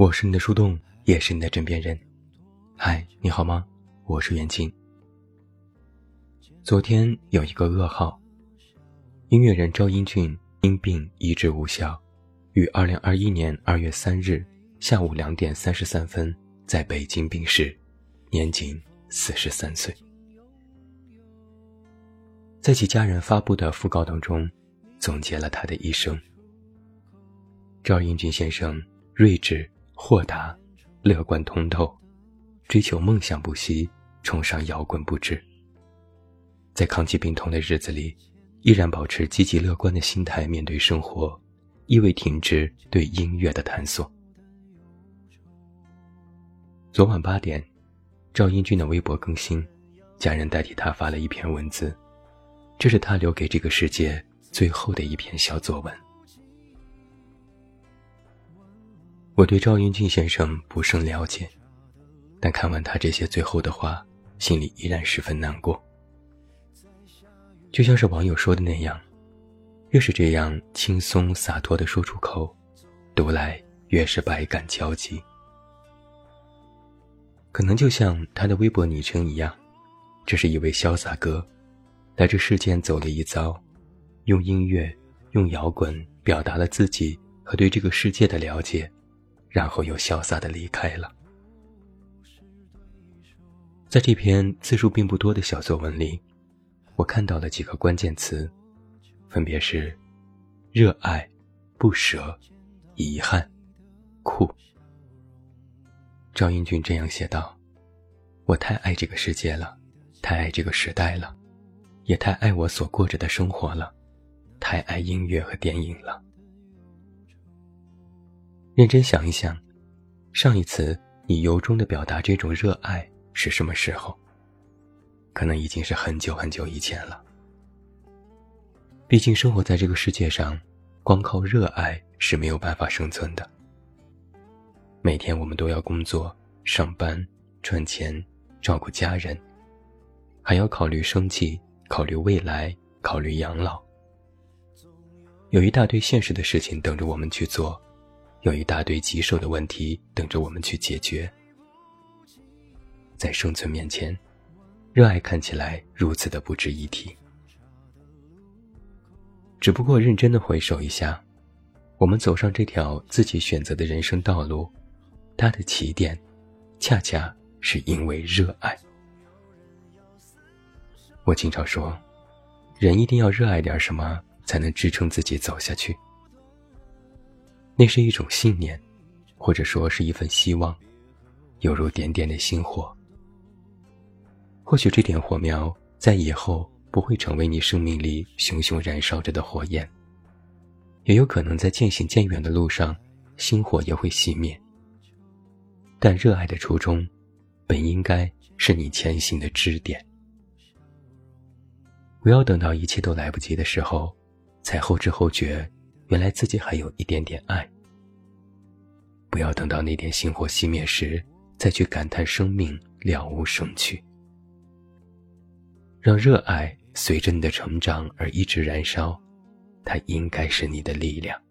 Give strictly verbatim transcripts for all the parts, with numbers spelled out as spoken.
我是你的树洞，也是你的枕边人。嗨，你好吗？我是袁静。昨天有一个噩耗，音乐人赵英俊因病医治无效，于二零二一年二月三日下午两点三十三分在北京病逝，年仅四十三岁。在其家人发布的讣告当中，总结了他的一生。赵英俊先生睿智、豁达、乐观通透，追求梦想不息，崇尚摇滚不止。在抗击病痛的日子里，依然保持积极乐观的心态面对生活，亦未停止对音乐的探索。昨晚八点，赵英俊的微博更新，家人代替他发了一篇文字，这是他留给这个世界最后的一篇小作文。我对赵英俊先生不甚了解，但看完他这些最后的话，心里依然十分难过。就像是网友说的那样，越是这样轻松洒脱地说出口，读来越是百感交集。可能就像他的微博昵称一样，这是一位潇洒哥，来这世间走了一遭，用音乐、用摇滚表达了自己和对这个世界的了解，然后又潇洒地离开了。在这篇字数并不多的小作文里，我看到了几个关键词，分别是热爱、不舍、遗憾、酷。赵英俊这样写道：我太爱这个世界了，太爱这个时代了，也太爱我所过着的生活了，太爱音乐和电影了。认真想一想，上一次你由衷地表达这种热爱是什么时候？可能已经是很久很久以前了。毕竟生活在这个世界上，光靠热爱是没有办法生存的。每天我们都要工作、上班、赚钱、照顾家人，还要考虑生计、考虑未来、考虑养老。有一大堆现实的事情等着我们去做，有一大堆棘手的问题等着我们去解决。在生存面前，热爱看起来如此的不值一提。只不过认真的回首一下，我们走上这条自己选择的人生道路，它的起点恰恰是因为热爱。我经常说，人一定要热爱点什么才能支撑自己走下去。那是一种信念，或者说是一份希望，犹如点点的星火。或许这点火苗在以后不会成为你生命里熊熊燃烧着的火焰，也有可能在渐行渐远的路上，星火也会熄灭。但热爱的初衷本应该是你前行的支点。不要等到一切都来不及的时候，才后知后觉，原来自己还有一点点爱。不要等到那点星火熄灭时，再去感叹生命了无生趣。让热爱随着你的成长而一直燃烧，它应该是你的力量。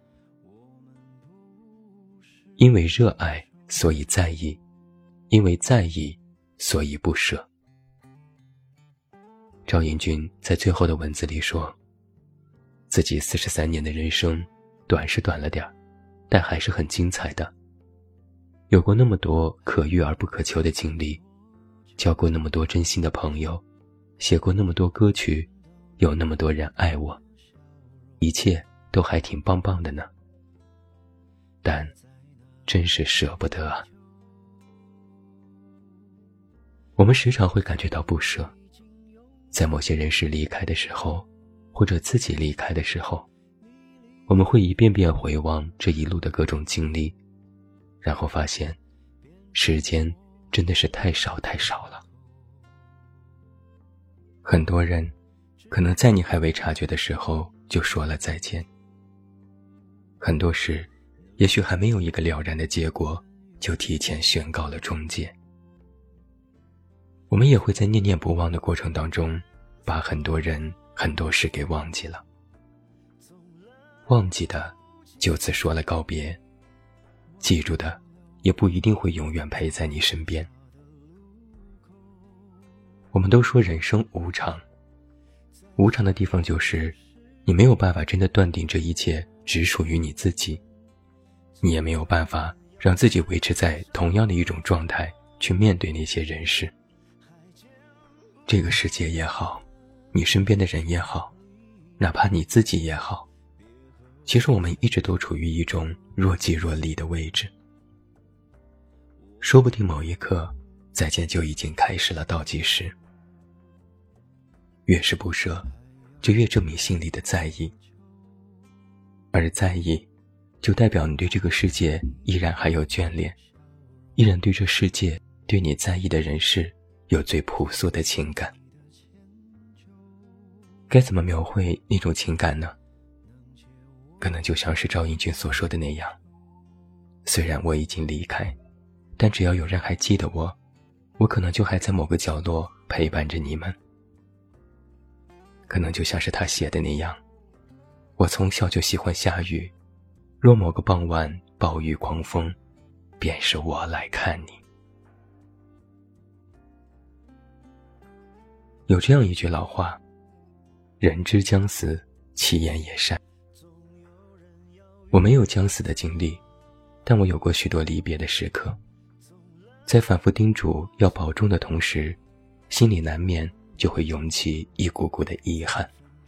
因为热爱，所以在意；因为在意，所以不舍。赵英俊在最后的文字里说，自己四十三年的人生，短是短了点儿，但还是很精彩的。有过那么多可遇而不可求的经历，交过那么多真心的朋友，写过那么多歌曲，有那么多人爱我，一切都还挺棒棒的呢。但真是舍不得啊。我们时常会感觉到不舍，在某些人事离开的时候，或者自己离开的时候，我们会一遍遍回望这一路的各种经历，然后发现时间真的是太少太少了。很多人可能在你还未察觉的时候就说了再见，很多事也许还没有一个了然的结果，就提前宣告了终结。我们也会在念念不忘的过程当中，把很多人很多事给忘记了。忘记的就此说了告别，记住的也不一定会永远陪在你身边。我们都说人生无常，无常的地方就是你没有办法真的断定这一切只属于你自己，你也没有办法让自己维持在同样的一种状态去面对那些人事。这个世界也好，你身边的人也好，哪怕你自己也好，其实我们一直都处于一种若即若离的位置。说不定某一刻，再见就已经开始了倒计时。越是不舍，就越证明心里的在意，而在意就代表你对这个世界依然还有眷恋，依然对这世界，对你在意的人事有最朴素的情感。该怎么描绘那种情感呢？可能就像是赵英俊所说的那样，虽然我已经离开，但只要有人还记得我，我可能就还在某个角落陪伴着你们。可能就像是他写的那样，我从小就喜欢下雨，若某个傍晚暴雨狂风，便是我来看你。有这样一句老话，人之将死，其言也善。我没有将死的经历，但我有过许多离别的时刻，在反复叮嘱要保重的同时，心里难免就会涌起一股股的遗憾。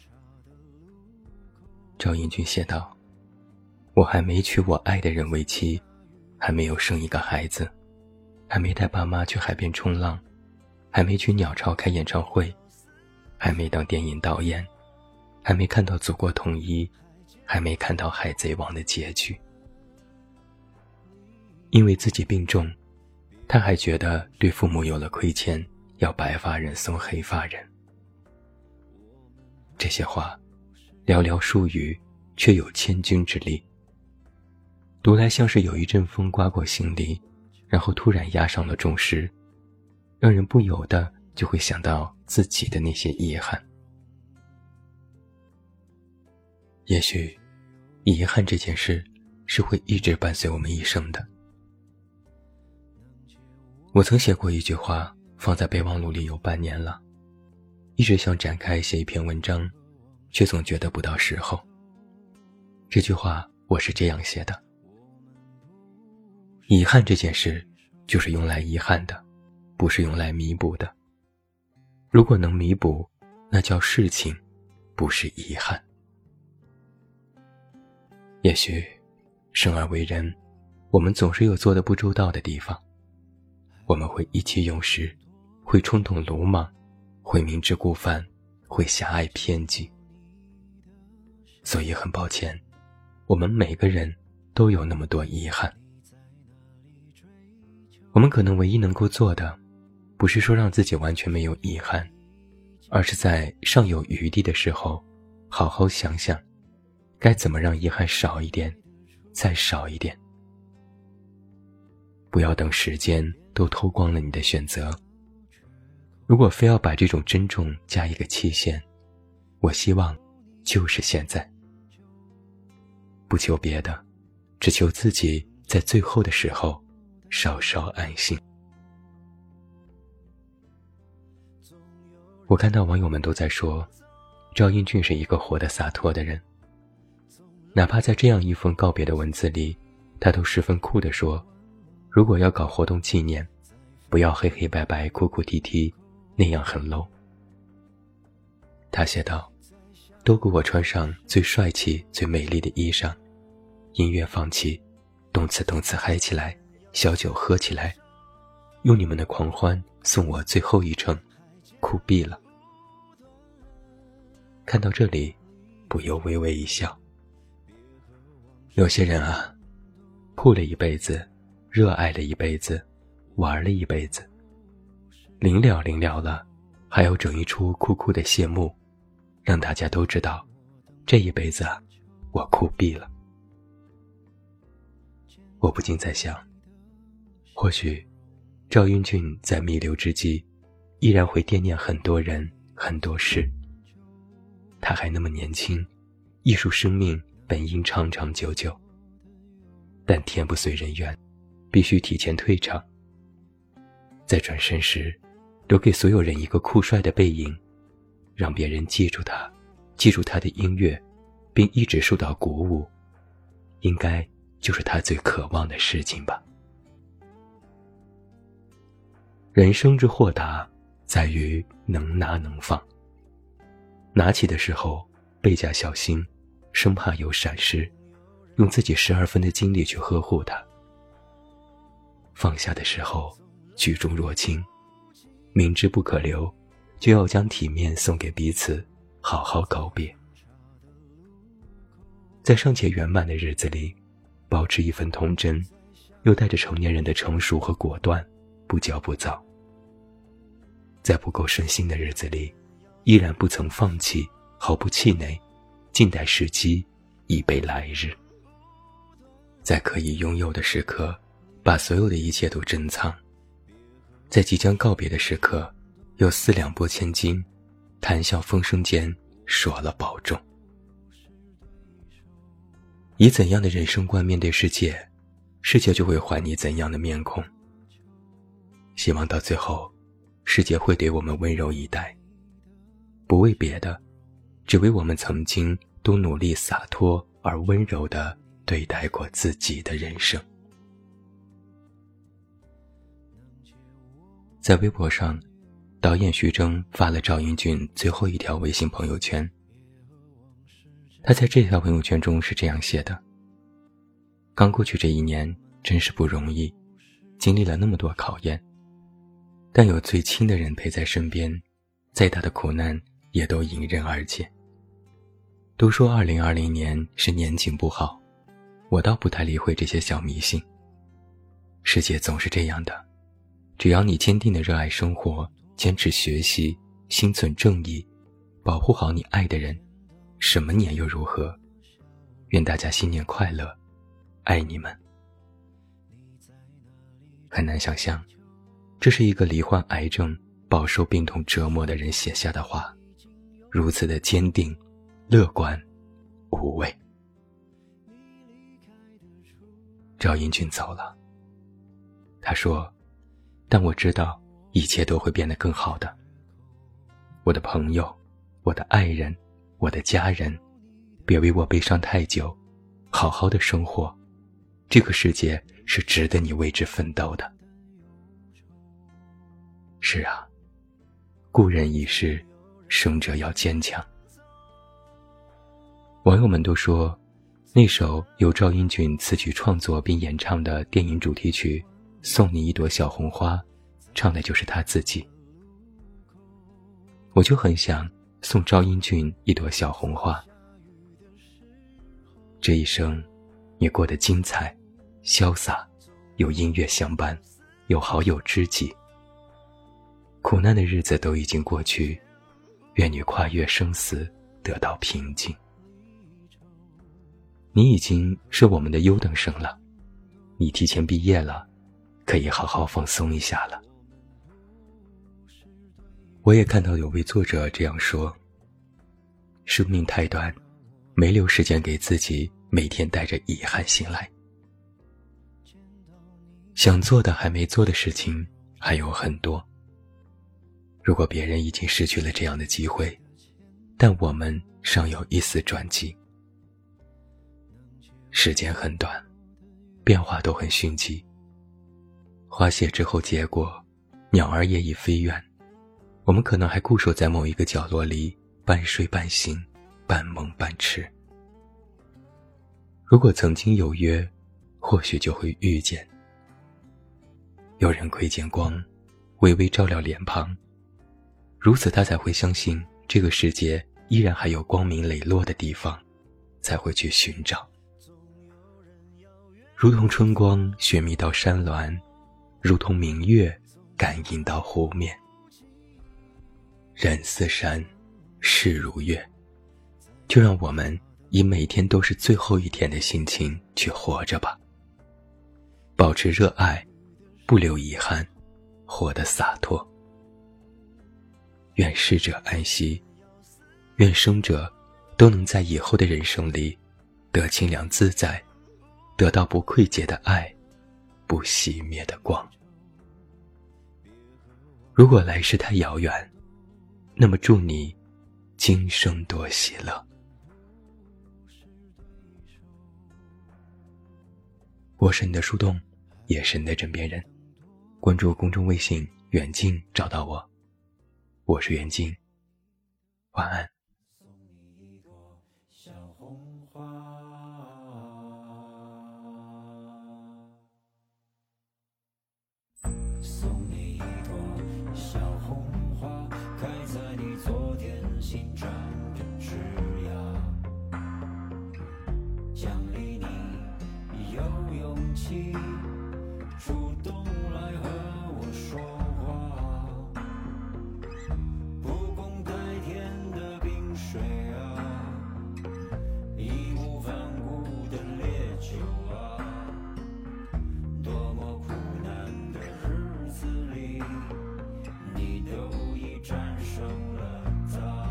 赵英俊写道，我还没娶我爱的人为妻，还没有生一个孩子，还没带爸妈去海边冲浪，还没去鸟巢开演唱会，还没当电影导演，还没看到祖国统一，还没看到海贼王的结局。因为自己病重，他还觉得对父母有了亏欠，要白发人送黑发人。这些话寥寥数语，却有千钧之力，读来像是有一阵风刮过心里，然后突然压上了重石，让人不由得就会想到自己的那些遗憾。也许遗憾这件事是会一直伴随我们一生的。我曾写过一句话，放在备忘录里有半年了，一直想展开写一篇文章，却总觉得不到时候。这句话我是这样写的：遗憾这件事就是用来遗憾的，不是用来弥补的。如果能弥补，那叫事情，不是遗憾。也许生而为人，我们总是有做得不周到的地方，我们会意气用事，会冲动鲁莽，会明知故犯，会狭隘偏激。所以很抱歉，我们每个人都有那么多遗憾。我们可能唯一能够做的，不是说让自己完全没有遗憾，而是在尚有余地的时候，好好想想，该怎么让遗憾少一点，再少一点。不要等时间都偷光了你的选择。如果非要把这种珍重加一个期限，我希望就是现在。不求别的，只求自己在最后的时候稍稍安心。我看到网友们都在说，赵英俊是一个活得洒脱的人。哪怕在这样一封告别的文字里，他都十分酷地说，如果要搞活动纪念，不要黑黑白白哭哭啼啼，那样很 low。 他写道，都给我穿上最帅气最美丽的衣裳，音乐放起，动次动次嗨起来，小酒喝起来，用你们的狂欢送我最后一程，酷毙了。看到这里，不由微微一笑。有些人啊，酷了一辈子，热爱了一辈子，玩了一辈子，临了临了了，还要整一出酷酷的谢幕，让大家都知道，这一辈子啊，我酷毙了。我不禁在想，或许赵英俊在弥留之际，依然会惦念很多人很多事。他还那么年轻，艺术生命本应长长久久，但天不遂人愿， 必须提前退场。在转身时，留给所有人一个酷帅的背影，让别人记住他，记住他的音乐，并一直受到鼓舞，应该就是他最渴望的事情吧。人生之豁达，在于能拿能放。拿起的时候倍加小心，生怕有闪失，用自己十二分的精力去呵护它。放下的时候举重若轻，明知不可留，就要将体面送给彼此，好好告别。在尚且圆满的日子里，保持一份童真，又带着成年人的成熟和果断，不骄不躁。在不够顺心的日子里，依然不曾放弃，毫不气馁，静待时机，以备来日。在可以拥有的时刻，把所有的一切都珍藏；在即将告别的时刻，又四两拨千斤，谈笑风生间说了保重。以怎样的人生观面对世界，世界就会还你怎样的面孔。希望到最后，世界会对我们温柔以待，不为别的，只为我们曾经都努力洒脱而温柔地对待过自己的人生。在微博上，导演徐峥发了赵英俊最后一条微信朋友圈。他在这条朋友圈中是这样写的：刚过去这一年真是不容易，经历了那么多考验，但有最亲的人陪在身边，再大的苦难也都迎刃而解。都说二零二零年是年景不好，我倒不太理会这些小迷信。世界总是这样的，只要你坚定地热爱生活，坚持学习，心存正义，保护好你爱的人，什么年又如何？愿大家新年快乐，爱你们。很难想象，这是一个罹患癌症、饱受病痛折磨的人写下的话，如此的坚定、乐观、无畏。赵英俊走了，他说：但我知道一切都会变得更好的。我的朋友，我的爱人，我的家人，别为我悲伤太久，好好的生活，这个世界是值得你为之奋斗的。是啊，故人已逝，生者要坚强。网友们都说，那首由赵英俊词曲创作并演唱的电影主题曲《送你一朵小红花》，唱的就是他自己。我就很想送赵英俊一朵小红花。这一生，你过得精彩、潇洒，有音乐相伴，有好友知己。苦难的日子都已经过去，愿你跨越生死，得到平静。你已经是我们的优等生了，你提前毕业了，可以好好放松一下了。我也看到有位作者这样说：生命太短，没留时间给自己每天带着遗憾醒来。想做的还没做的事情还有很多，如果别人已经失去了这样的机会，但我们尚有一丝转机。时间很短，变化都很迅疾，花谢之后结果，鸟儿也已飞远，我们可能还固守在某一个角落里，半睡半醒，半梦半痴。如果曾经有约，或许就会遇见。有人窥见光，微微照亮脸庞，如此他才会相信这个世界依然还有光明磊落的地方，才会去寻找。如同春光寻觅到山峦，如同明月感应到湖面。人似山，事如月，就让我们以每天都是最后一天的心情去活着吧。保持热爱，不留遗憾，活得洒脱。愿逝者安息，愿生者都能在以后的人生里得清凉自在，得到不愧疚的爱， 不熄灭的光。如果来世太遥远，那么祝你今生多喜乐。我是你的树洞，也是你的枕边人。关注公众微信远近找到我，我是远近，晚安。 送你一朵小红花，开在你昨天新长的枝桠，奖励你有勇气主动来和我说话，不共戴天的冰水啊，义无反顾的烈酒啊，多么苦难的日子里，你都已战胜了它。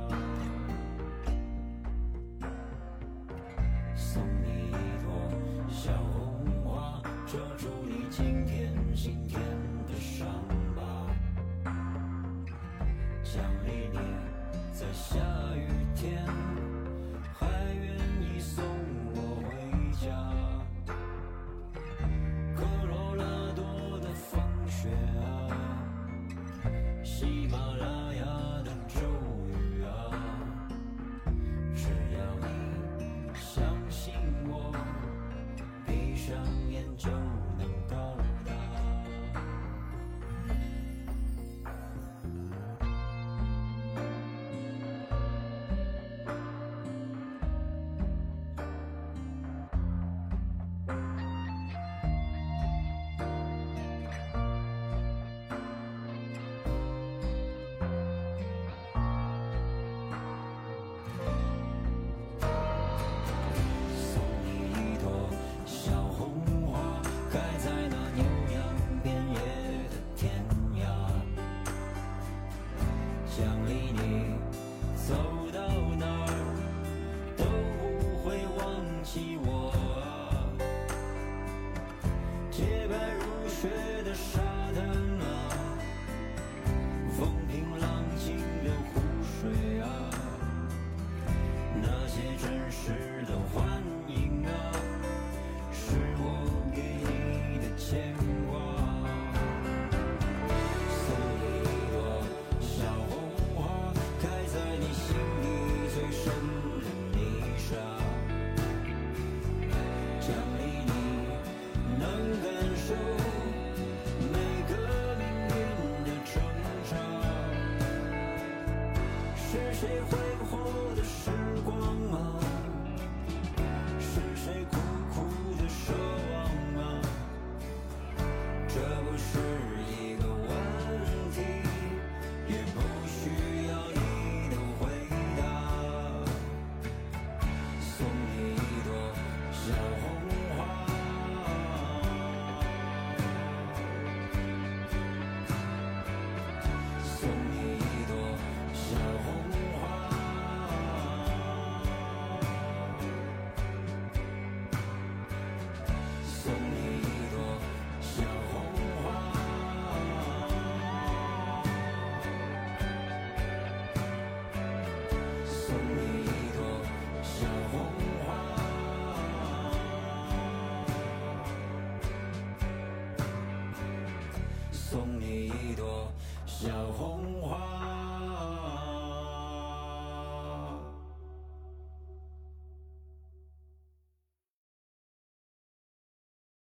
送你一朵小红花，遮住你今天心田的伤疤，奖励你在下雨天还愿意送我回家。科罗拉多的风雪啊，喜马拉雅的骤雨啊，只要你相信我，闭上眼就能到达。送你一朵小红花，开在那牛羊遍野的天涯，奖励你走到哪儿都不会忘记我啊，洁白如雪的沙滩啊，风平浪静的湖水啊，那些真实的欢迎啊，是我给你的牵挂。送你一朵小红花，开在你心底最深的泥沙，奖励你能感受每个命运的挣扎。是谁挥霍的时光啊，是谁苦苦的奢望啊，这不是一个问题，也不需要你的回答。送你一朵小红花，送你一朵小红花，送你一朵小红花，送你一朵小红花，送你一朵小红花。